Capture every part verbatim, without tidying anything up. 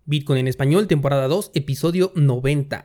Bitcoin en español, temporada dos, episodio noventa.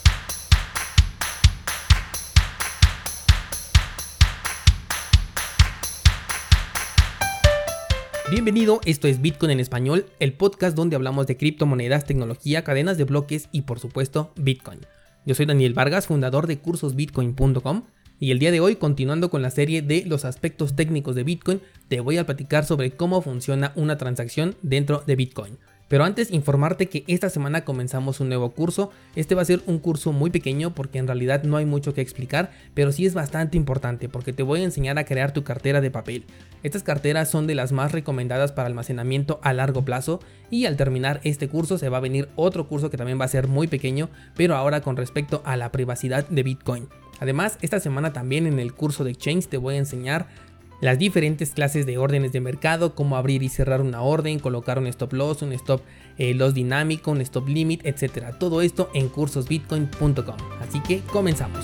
Bienvenido, esto es Bitcoin en español, el podcast donde hablamos de criptomonedas, tecnología, cadenas de bloques y por supuesto Bitcoin. Yo soy Daniel Vargas, fundador de cursos bitcoin punto com, y el día de hoy, continuando con la serie de los aspectos técnicos de Bitcoin, te voy a platicar sobre cómo funciona una transacción dentro de Bitcoin. Pero antes, informarte que esta semana comenzamos un nuevo curso. Este va a ser un curso muy pequeño porque en realidad no hay mucho que explicar, pero sí es bastante importante porque te voy a enseñar a crear tu cartera de papel. Estas carteras son de las más recomendadas para almacenamiento a largo plazo, y al terminar este curso se va a venir otro curso que también va a ser muy pequeño, pero ahora con respecto a la privacidad de Bitcoin. Además, esta semana también en el curso de Exchange te voy a enseñar las diferentes clases de órdenes de mercado, cómo abrir y cerrar una orden, colocar un stop loss, un stop eh, loss dinámico, un stop limit, etcétera. Todo esto en cursos bitcoin punto com. Así que comenzamos.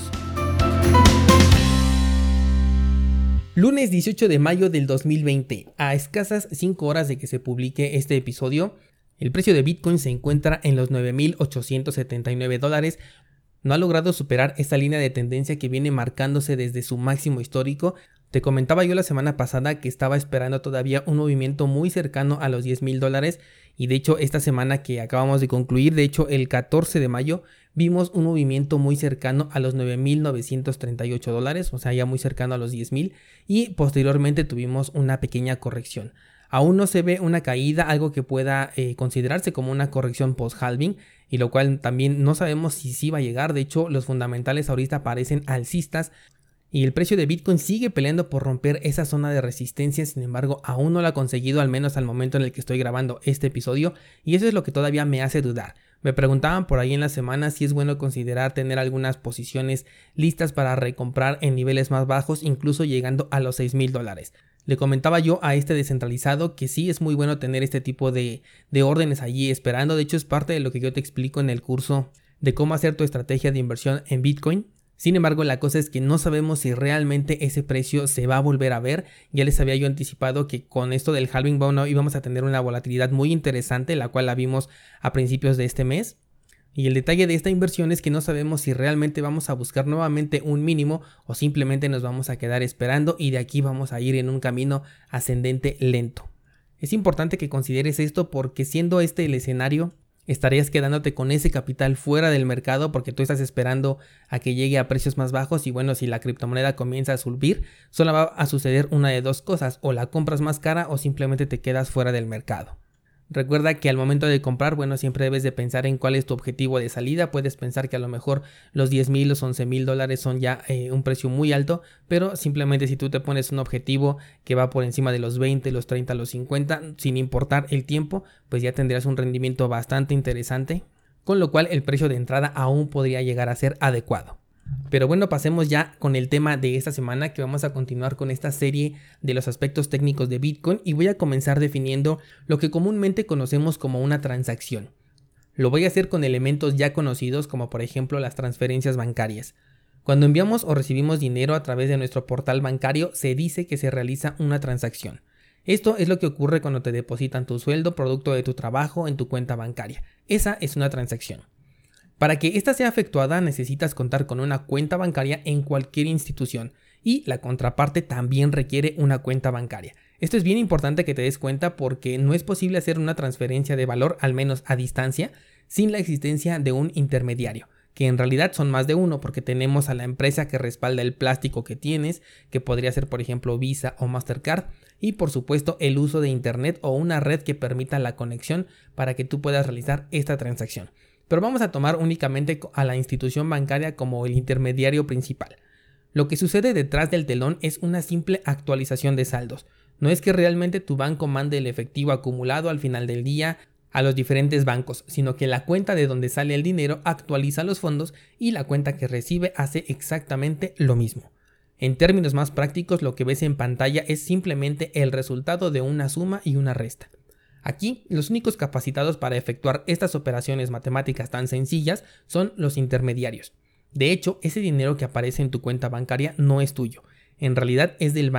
Lunes dieciocho de mayo del dos mil veinte, a escasas cinco horas de que se publique este episodio, el precio de Bitcoin se encuentra en los nueve mil ochocientos setenta y nueve dólares. No ha logrado superar esta línea de tendencia que viene marcándose desde su máximo histórico. Te comentaba yo la semana pasada que estaba esperando todavía un movimiento muy cercano a los diez mil dólares, y de hecho esta semana que acabamos de concluir, de hecho el catorce de mayo, vimos un movimiento muy cercano a los nueve mil novecientos treinta y ocho dólares, o sea ya muy cercano a los diez mil, y posteriormente tuvimos una pequeña corrección. Aún no se ve una caída, algo que pueda eh, considerarse como una corrección post-halving, y lo cual también no sabemos si sí va a llegar. De hecho, los fundamentales ahorita parecen alcistas, y el precio de Bitcoin sigue peleando por romper esa zona de resistencia. Sin embargo, aún no lo ha conseguido, al menos al momento en el que estoy grabando este episodio, y eso es lo que todavía me hace dudar. Me preguntaban por ahí en la semana si es bueno considerar tener algunas posiciones listas para recomprar en niveles más bajos, incluso llegando a los seis mil dólares. Le comentaba yo a este descentralizado que sí es muy bueno tener este tipo de, de órdenes allí esperando. De hecho, es parte de lo que yo te explico en el curso de cómo hacer tu estrategia de inversión en Bitcoin. Sin embargo, la cosa es que no sabemos si realmente ese precio se va a volver a ver. Ya les había yo anticipado que con esto del halving bueno, íbamos a tener una volatilidad muy interesante, la cual la vimos a principios de este mes. Y el detalle de esta inversión es que no sabemos si realmente vamos a buscar nuevamente un mínimo o simplemente nos vamos a quedar esperando y de aquí vamos a ir en un camino ascendente lento. Es importante que consideres esto porque siendo este el escenario, estarías quedándote con ese capital fuera del mercado porque tú estás esperando a que llegue a precios más bajos, y bueno, si la criptomoneda comienza a subir, solo va a suceder una de dos cosas: o la compras más cara o simplemente te quedas fuera del mercado. Recuerda que al momento de comprar, bueno, siempre debes de pensar en cuál es tu objetivo de salida. Puedes pensar que a lo mejor los diez mil, los once mil dólares son ya eh, un precio muy alto, pero simplemente si tú te pones un objetivo que va por encima de los veinte, los treinta, los cincuenta, sin importar el tiempo, pues ya tendrás un rendimiento bastante interesante, con lo cual el precio de entrada aún podría llegar a ser adecuado. Pero bueno, pasemos ya con el tema de esta semana, que vamos a continuar con esta serie de los aspectos técnicos de Bitcoin, y voy a comenzar definiendo lo que comúnmente conocemos como una transacción. Lo voy a hacer con elementos ya conocidos, como por ejemplo las transferencias bancarias. Cuando enviamos o recibimos dinero a través de nuestro portal bancario, se dice que se realiza una transacción. Esto es lo que ocurre cuando te depositan tu sueldo producto de tu trabajo en tu cuenta bancaria. Esa es una transacción. Para que esta sea efectuada necesitas contar con una cuenta bancaria en cualquier institución, y la contraparte también requiere una cuenta bancaria. Esto es bien importante que te des cuenta porque no es posible hacer una transferencia de valor, al menos a distancia, sin la existencia de un intermediario, que en realidad son más de uno porque tenemos a la empresa que respalda el plástico que tienes, que podría ser por ejemplo Visa o Mastercard, y por supuesto el uso de internet o una red que permita la conexión para que tú puedas realizar esta transacción. Pero vamos a tomar únicamente a la institución bancaria como el intermediario principal. Lo que sucede detrás del telón es una simple actualización de saldos. No es que realmente tu banco mande el efectivo acumulado al final del día a los diferentes bancos, sino que la cuenta de donde sale el dinero actualiza los fondos y la cuenta que recibe hace exactamente lo mismo. En términos más prácticos, lo que ves en pantalla es simplemente el resultado de una suma y una resta. Aquí, los únicos capacitados para efectuar estas operaciones matemáticas tan sencillas son los intermediarios. De hecho, ese dinero que aparece en tu cuenta bancaria no es tuyo, en realidad es del banco,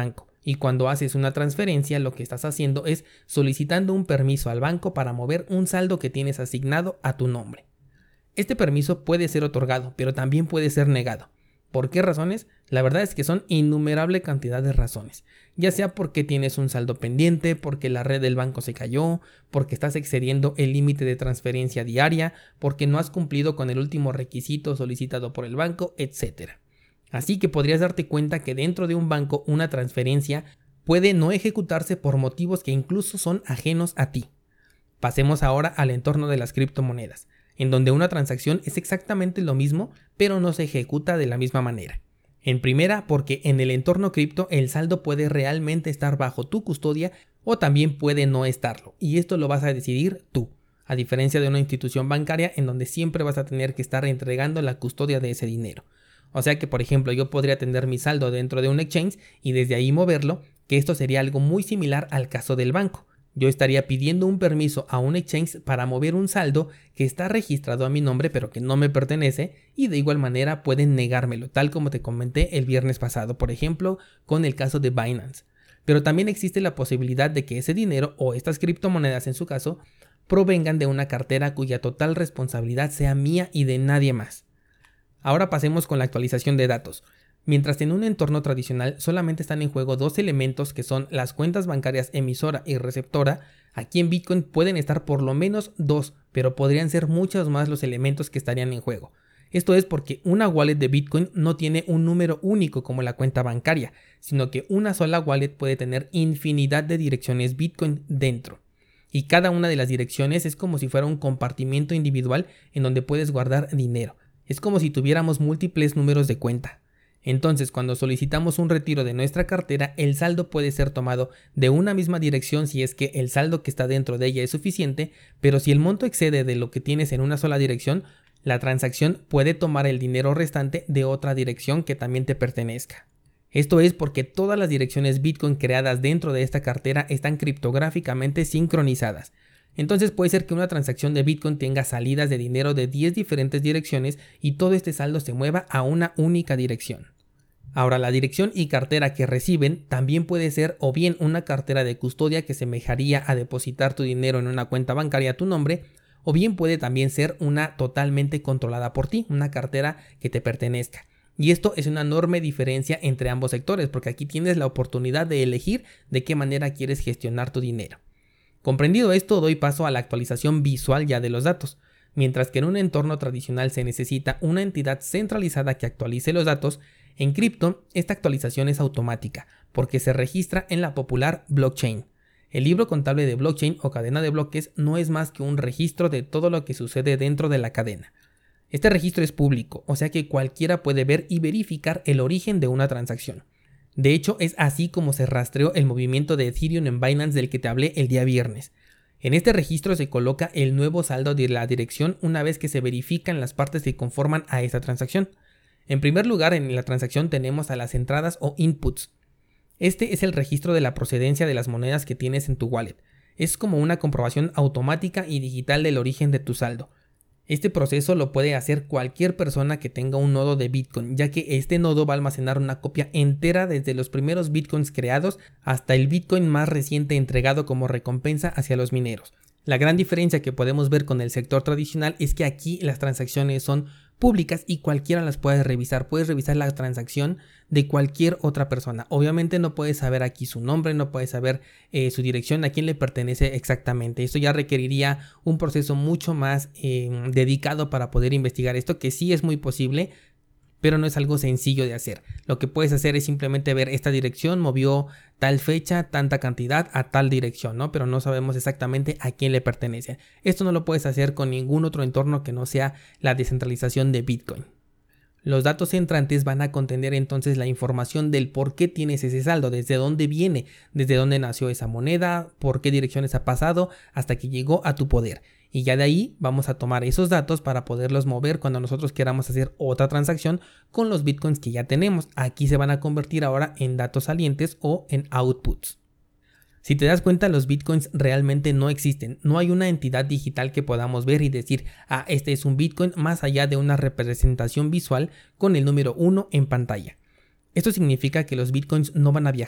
Y cuando haces una transferencia, lo que estás haciendo es solicitando un permiso al banco para mover un saldo que tienes asignado a tu nombre. Este permiso puede ser otorgado, pero también puede ser negado. ¿Por qué razones? La verdad es que son innumerable cantidad de razones, ya sea porque tienes un saldo pendiente, porque la red del banco se cayó, porque estás excediendo el límite de transferencia diaria, porque no has cumplido con el último requisito solicitado por el banco, etcétera. Así que podrías darte cuenta que dentro de un banco una transferencia puede no ejecutarse por motivos que incluso son ajenos a ti. Pasemos ahora al entorno de las criptomonedas, en donde una transacción es exactamente lo mismo, pero no se ejecuta de la misma manera. En primera, porque en el entorno cripto el saldo puede realmente estar bajo tu custodia o también puede no estarlo, y esto lo vas a decidir tú, a diferencia de una institución bancaria en donde siempre vas a tener que estar entregando la custodia de ese dinero. O sea que, por ejemplo, yo podría tener mi saldo dentro de un exchange y desde ahí moverlo, que esto sería algo muy similar al caso del banco. Yo estaría pidiendo un permiso a un exchange para mover un saldo que está registrado a mi nombre pero que no me pertenece, y de igual manera pueden negármelo, tal como te comenté el viernes pasado, por ejemplo, con el caso de Binance. Pero también existe la posibilidad de que ese dinero o estas criptomonedas en su caso provengan de una cartera cuya total responsabilidad sea mía y de nadie más. Ahora pasemos con la actualización de datos. Mientras en un entorno tradicional solamente están en juego dos elementos que son las cuentas bancarias emisora y receptora, aquí en Bitcoin pueden estar por lo menos dos, pero podrían ser muchos más los elementos que estarían en juego. Esto es porque una wallet de Bitcoin no tiene un número único como la cuenta bancaria, sino que una sola wallet puede tener infinidad de direcciones Bitcoin dentro. Y cada una de las direcciones es como si fuera un compartimiento individual en donde puedes guardar dinero. Es como si tuviéramos múltiples números de cuenta. Entonces, cuando solicitamos un retiro de nuestra cartera, el saldo puede ser tomado de una misma dirección si es que el saldo que está dentro de ella es suficiente, pero si el monto excede de lo que tienes en una sola dirección, la transacción puede tomar el dinero restante de otra dirección que también te pertenezca. Esto es porque todas las direcciones Bitcoin creadas dentro de esta cartera están criptográficamente sincronizadas. Entonces puede ser que una transacción de Bitcoin tenga salidas de dinero de diez diferentes direcciones y todo este saldo se mueva a una única dirección. Ahora, la dirección y cartera que reciben también puede ser o bien una cartera de custodia que semejaría a depositar tu dinero en una cuenta bancaria a tu nombre, o bien puede también ser una totalmente controlada por ti, una cartera que te pertenezca. Y esto es una enorme diferencia entre ambos sectores, porque aquí tienes la oportunidad de elegir de qué manera quieres gestionar tu dinero. Comprendido esto, doy paso a la actualización visual ya de los datos. Mientras que en un entorno tradicional se necesita una entidad centralizada que actualice los datos, en cripto esta actualización es automática, porque se registra en la popular blockchain. El libro contable de blockchain o cadena de bloques no es más que un registro de todo lo que sucede dentro de la cadena. Este registro es público, o sea que cualquiera puede ver y verificar el origen de una transacción. De hecho, es así como se rastreó el movimiento de Ethereum en Binance del que te hablé el día viernes. En este registro se coloca el nuevo saldo de la dirección una vez que se verifican las partes que conforman a esa transacción. En primer lugar, en la transacción tenemos a las entradas o inputs. Este es el registro de la procedencia de las monedas que tienes en tu wallet. Es como una comprobación automática y digital del origen de tu saldo. Este proceso lo puede hacer cualquier persona que tenga un nodo de Bitcoin, ya que este nodo va a almacenar una copia entera desde los primeros Bitcoins creados hasta el Bitcoin más reciente entregado como recompensa hacia los mineros. La gran diferencia que podemos ver con el sector tradicional es que aquí las transacciones son públicas y cualquiera las puede revisar. Puedes revisar la transacción de cualquier otra persona. Obviamente no puedes saber aquí su nombre, no puedes saber eh, su dirección, a quién le pertenece exactamente. Esto ya requeriría un proceso mucho más eh, dedicado para poder investigar esto, que sí es muy posible, pero no es algo sencillo de hacer. Lo que puedes hacer es simplemente ver esta dirección, movió tal fecha, tanta cantidad a tal dirección, ¿no? Pero no sabemos exactamente a quién le pertenece. Esto no lo puedes hacer con ningún otro entorno que no sea la descentralización de Bitcoin. Los datos entrantes van a contener entonces la información del por qué tienes ese saldo, desde dónde viene, desde dónde nació esa moneda, por qué direcciones ha pasado hasta que llegó a tu poder. Y ya de ahí vamos a tomar esos datos para poderlos mover cuando nosotros queramos hacer otra transacción con los bitcoins que ya tenemos. Aquí se van a convertir ahora en datos salientes o en outputs. Si te das cuenta, los bitcoins realmente no existen. No hay una entidad digital que podamos ver y decir, ah, este es un bitcoin, más allá de una representación visual con el número uno en pantalla. Esto significa que los bitcoins no van a viajar.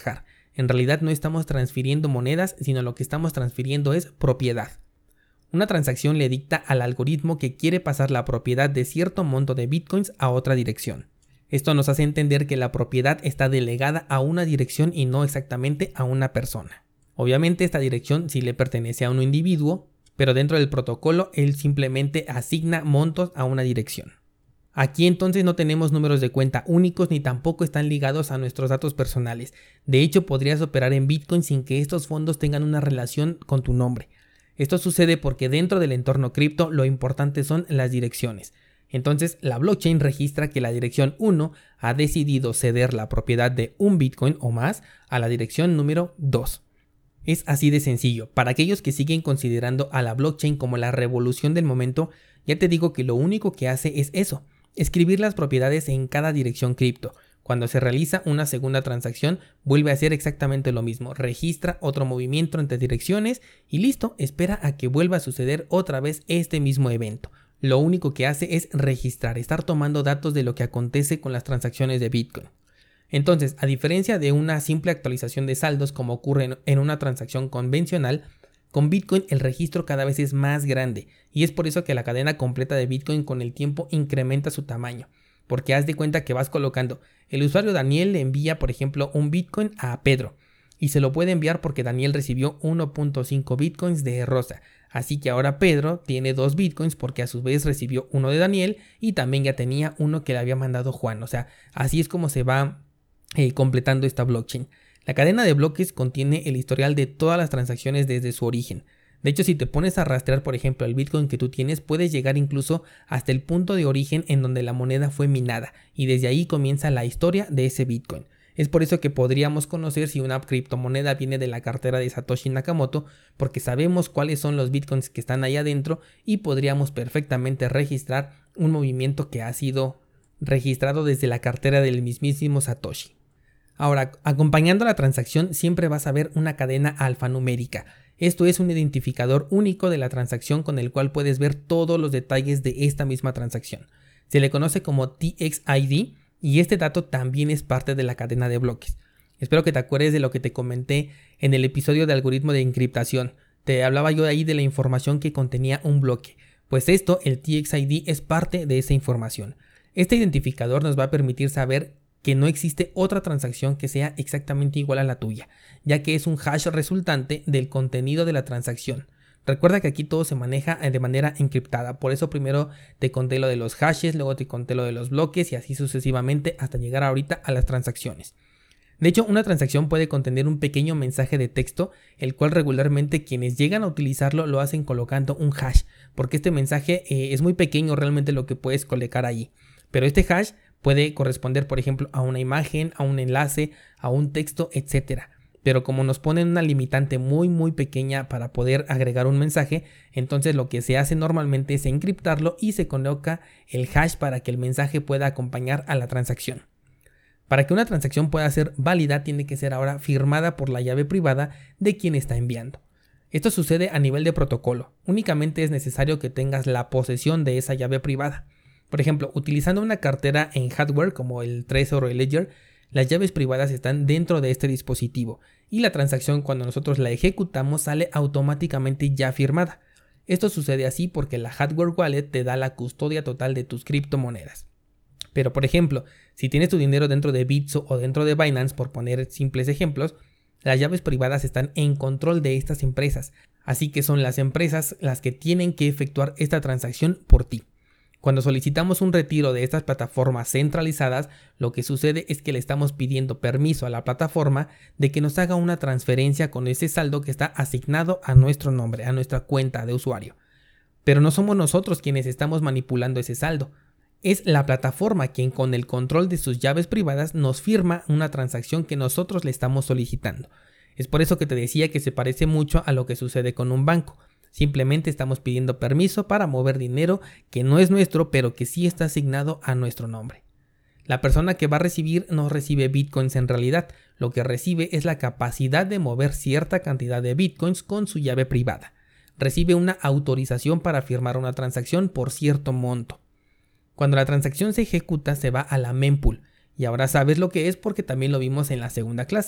En realidad no estamos transfiriendo monedas, sino lo que estamos transfiriendo es propiedad. Una transacción le dicta al algoritmo que quiere pasar la propiedad de cierto monto de bitcoins a otra dirección. Esto nos hace entender que la propiedad está delegada a una dirección y no exactamente a una persona. Obviamente esta dirección sí le pertenece a un individuo, pero dentro del protocolo él simplemente asigna montos a una dirección. Aquí entonces no tenemos números de cuenta únicos ni tampoco están ligados a nuestros datos personales. De hecho, podrías operar en Bitcoin sin que estos fondos tengan una relación con tu nombre. Esto sucede porque dentro del entorno cripto lo importante son las direcciones. Entonces la blockchain registra que la dirección uno ha decidido ceder la propiedad de un Bitcoin o más a la dirección número dos. Es así de sencillo. Para aquellos que siguen considerando a la blockchain como la revolución del momento, ya te digo que lo único que hace es eso, escribir las propiedades en cada dirección cripto. Cuando se realiza una segunda transacción, vuelve a hacer exactamente lo mismo, registra otro movimiento entre direcciones y listo, espera a que vuelva a suceder otra vez este mismo evento. Lo único que hace es registrar, estar tomando datos de lo que acontece con las transacciones de Bitcoin. Entonces, a diferencia de una simple actualización de saldos como ocurre en una transacción convencional, con Bitcoin el registro cada vez es más grande y es por eso que la cadena completa de Bitcoin con el tiempo incrementa su tamaño. Porque haz de cuenta que vas colocando, el usuario Daniel le envía por ejemplo un Bitcoin a Pedro y se lo puede enviar porque Daniel recibió uno punto cinco Bitcoins de Rosa. Así que ahora Pedro tiene dos Bitcoins porque a su vez recibió uno de Daniel y también ya tenía uno que le había mandado Juan. O sea, así es como se va eh, completando esta blockchain. La cadena de bloques contiene el historial de todas las transacciones desde su origen. De hecho, si te pones a rastrear, por ejemplo, el Bitcoin que tú tienes, puedes llegar incluso hasta el punto de origen en donde la moneda fue minada y desde ahí comienza la historia de ese Bitcoin. Es por eso que podríamos conocer si una criptomoneda viene de la cartera de Satoshi Nakamoto, porque sabemos cuáles son los Bitcoins que están ahí adentro y podríamos perfectamente registrar un movimiento que ha sido registrado desde la cartera del mismísimo Satoshi. Ahora, acompañando la transacción siempre vas a ver una cadena alfanumérica. Esto es un identificador único de la transacción con el cual puedes ver todos los detalles de esta misma transacción. Se le conoce como T X I D y este dato también es parte de la cadena de bloques. Espero que te acuerdes de lo que te comenté en el episodio de algoritmo de encriptación. Te hablaba yo ahí de la información que contenía un bloque. Pues esto, el T X I D, es parte de esa información. Este identificador nos va a permitir saber que no existe otra transacción que sea exactamente igual a la tuya, ya que es un hash resultante del contenido de la transacción. Recuerda que aquí todo se maneja de manera encriptada, por eso primero te conté lo de los hashes, luego te conté lo de los bloques y así sucesivamente hasta llegar ahorita a las transacciones. De hecho, una transacción puede contener un pequeño mensaje de texto, el cual regularmente quienes llegan a utilizarlo lo hacen colocando un hash, porque este mensaje eh, es muy pequeño realmente lo que puedes colocar allí. Pero este hash puede corresponder, por ejemplo, a una imagen, a un enlace, a un texto, etcétera. Pero como nos ponen una limitante muy muy pequeña para poder agregar un mensaje, entonces lo que se hace normalmente es encriptarlo y se coloca el hash para que el mensaje pueda acompañar a la transacción. Para que una transacción pueda ser válida, tiene que ser ahora firmada por la llave privada de quien está enviando. Esto sucede a nivel de protocolo. Únicamente es necesario que tengas la posesión de esa llave privada. Por ejemplo, utilizando una cartera en hardware como el Trezor o el Ledger, las llaves privadas están dentro de este dispositivo y la transacción cuando nosotros la ejecutamos sale automáticamente ya firmada. Esto sucede así porque la hardware wallet te da la custodia total de tus criptomonedas. Pero por ejemplo, si tienes tu dinero dentro de Bitso o dentro de Binance, por poner simples ejemplos, las llaves privadas están en control de estas empresas, así que son las empresas las que tienen que efectuar esta transacción por ti. Cuando solicitamos un retiro de estas plataformas centralizadas, lo que sucede es que le estamos pidiendo permiso a la plataforma de que nos haga una transferencia con ese saldo que está asignado a nuestro nombre, a nuestra cuenta de usuario. Pero no somos nosotros quienes estamos manipulando ese saldo. Es la plataforma quien con el control de sus llaves privadas nos firma una transacción que nosotros le estamos solicitando. Es por eso que te decía que se parece mucho a lo que sucede con un banco. Simplemente estamos pidiendo permiso para mover dinero que no es nuestro, pero que sí está asignado a nuestro nombre. La persona que va a recibir no recibe bitcoins en realidad, lo que recibe es la capacidad de mover cierta cantidad de bitcoins con su llave privada. Recibe una autorización para firmar una transacción por cierto monto. Cuando la transacción se ejecuta se va a la mempool, y ahora sabes lo que es porque también lo vimos en la segunda clase.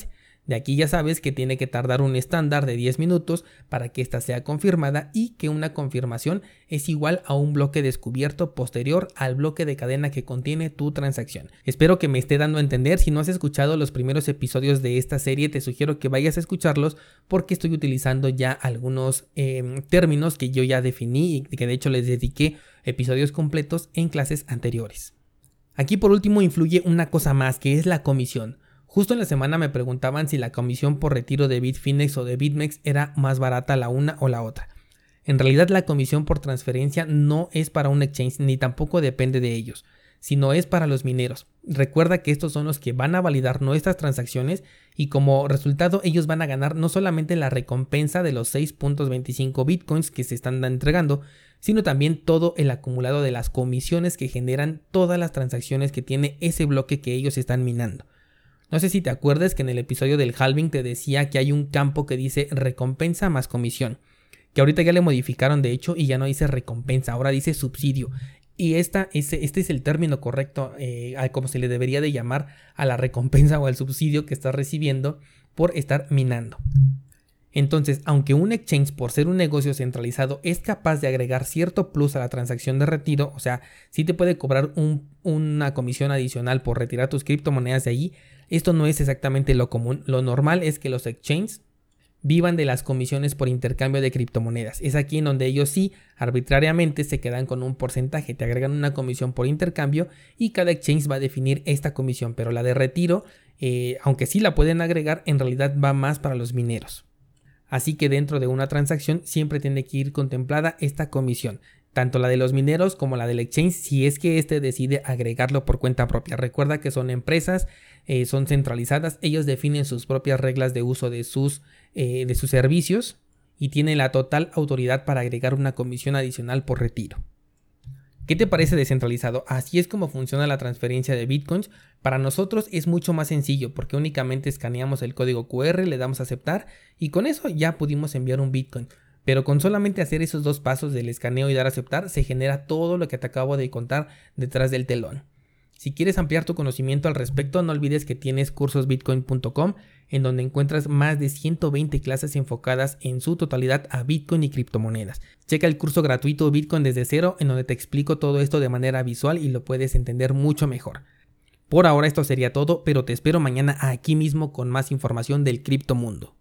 De aquí ya sabes que tiene que tardar un estándar de diez minutos para que ésta sea confirmada y que una confirmación es igual a un bloque descubierto posterior al bloque de cadena que contiene tu transacción. Espero que me esté dando a entender. Si no has escuchado los primeros episodios de esta serie, te sugiero que vayas a escucharlos porque estoy utilizando ya algunos eh, términos que yo ya definí y que de hecho les dediqué episodios completos en clases anteriores. Aquí por último influye una cosa más, que es la comisión. Justo en la semana me preguntaban si la comisión por retiro de Bitfinex o de BitMEX era más barata la una o la otra. En realidad la comisión por transferencia no es para un exchange ni tampoco depende de ellos, sino es para los mineros. Recuerda que estos son los que van a validar nuestras transacciones y como resultado ellos van a ganar no solamente la recompensa de los seis punto veinticinco bitcoins que se están entregando, sino también todo el acumulado de las comisiones que generan todas las transacciones que tiene ese bloque que ellos están minando. No sé si te acuerdas que en el episodio del halving te decía que hay un campo que dice recompensa más comisión, que ahorita ya le modificaron de hecho y ya no dice recompensa, ahora dice subsidio. Y esta, este, este es el término correcto, eh, como se le debería de llamar a la recompensa o al subsidio que estás recibiendo por estar minando. Entonces, aunque un exchange por ser un negocio centralizado es capaz de agregar cierto plus a la transacción de retiro, o sea, sí te puede cobrar un, una comisión adicional por retirar tus criptomonedas de ahí, esto no es exactamente lo común. Lo normal es que los exchanges vivan de las comisiones por intercambio de criptomonedas. Es aquí en donde ellos sí arbitrariamente se quedan con un porcentaje, te agregan una comisión por intercambio y cada exchange va a definir esta comisión, pero la de retiro, eh, aunque sí la pueden agregar, en realidad va más para los mineros. Así que dentro de una transacción siempre tiene que ir contemplada esta comisión, tanto la de los mineros como la del exchange si es que éste decide agregarlo por cuenta propia. Recuerda que son empresas, eh, son centralizadas, ellos definen sus propias reglas de uso de sus, eh, de sus servicios y tienen la total autoridad para agregar una comisión adicional por retiro. ¿Qué te parece descentralizado? Así es como funciona la transferencia de bitcoins. Para nosotros es mucho más sencillo porque únicamente escaneamos el código cu erre, le damos a aceptar y con eso ya pudimos enviar un bitcoin. Pero con solamente hacer esos dos pasos del escaneo y dar a aceptar se genera todo lo que te acabo de contar detrás del telón. Si quieres ampliar tu conocimiento al respecto, no olvides que tienes cursos bitcoin punto com en donde encuentras más de ciento veinte clases enfocadas en su totalidad a Bitcoin y criptomonedas. Checa el curso gratuito Bitcoin desde cero en donde te explico todo esto de manera visual y lo puedes entender mucho mejor. Por ahora esto sería todo, pero te espero mañana aquí mismo con más información del criptomundo.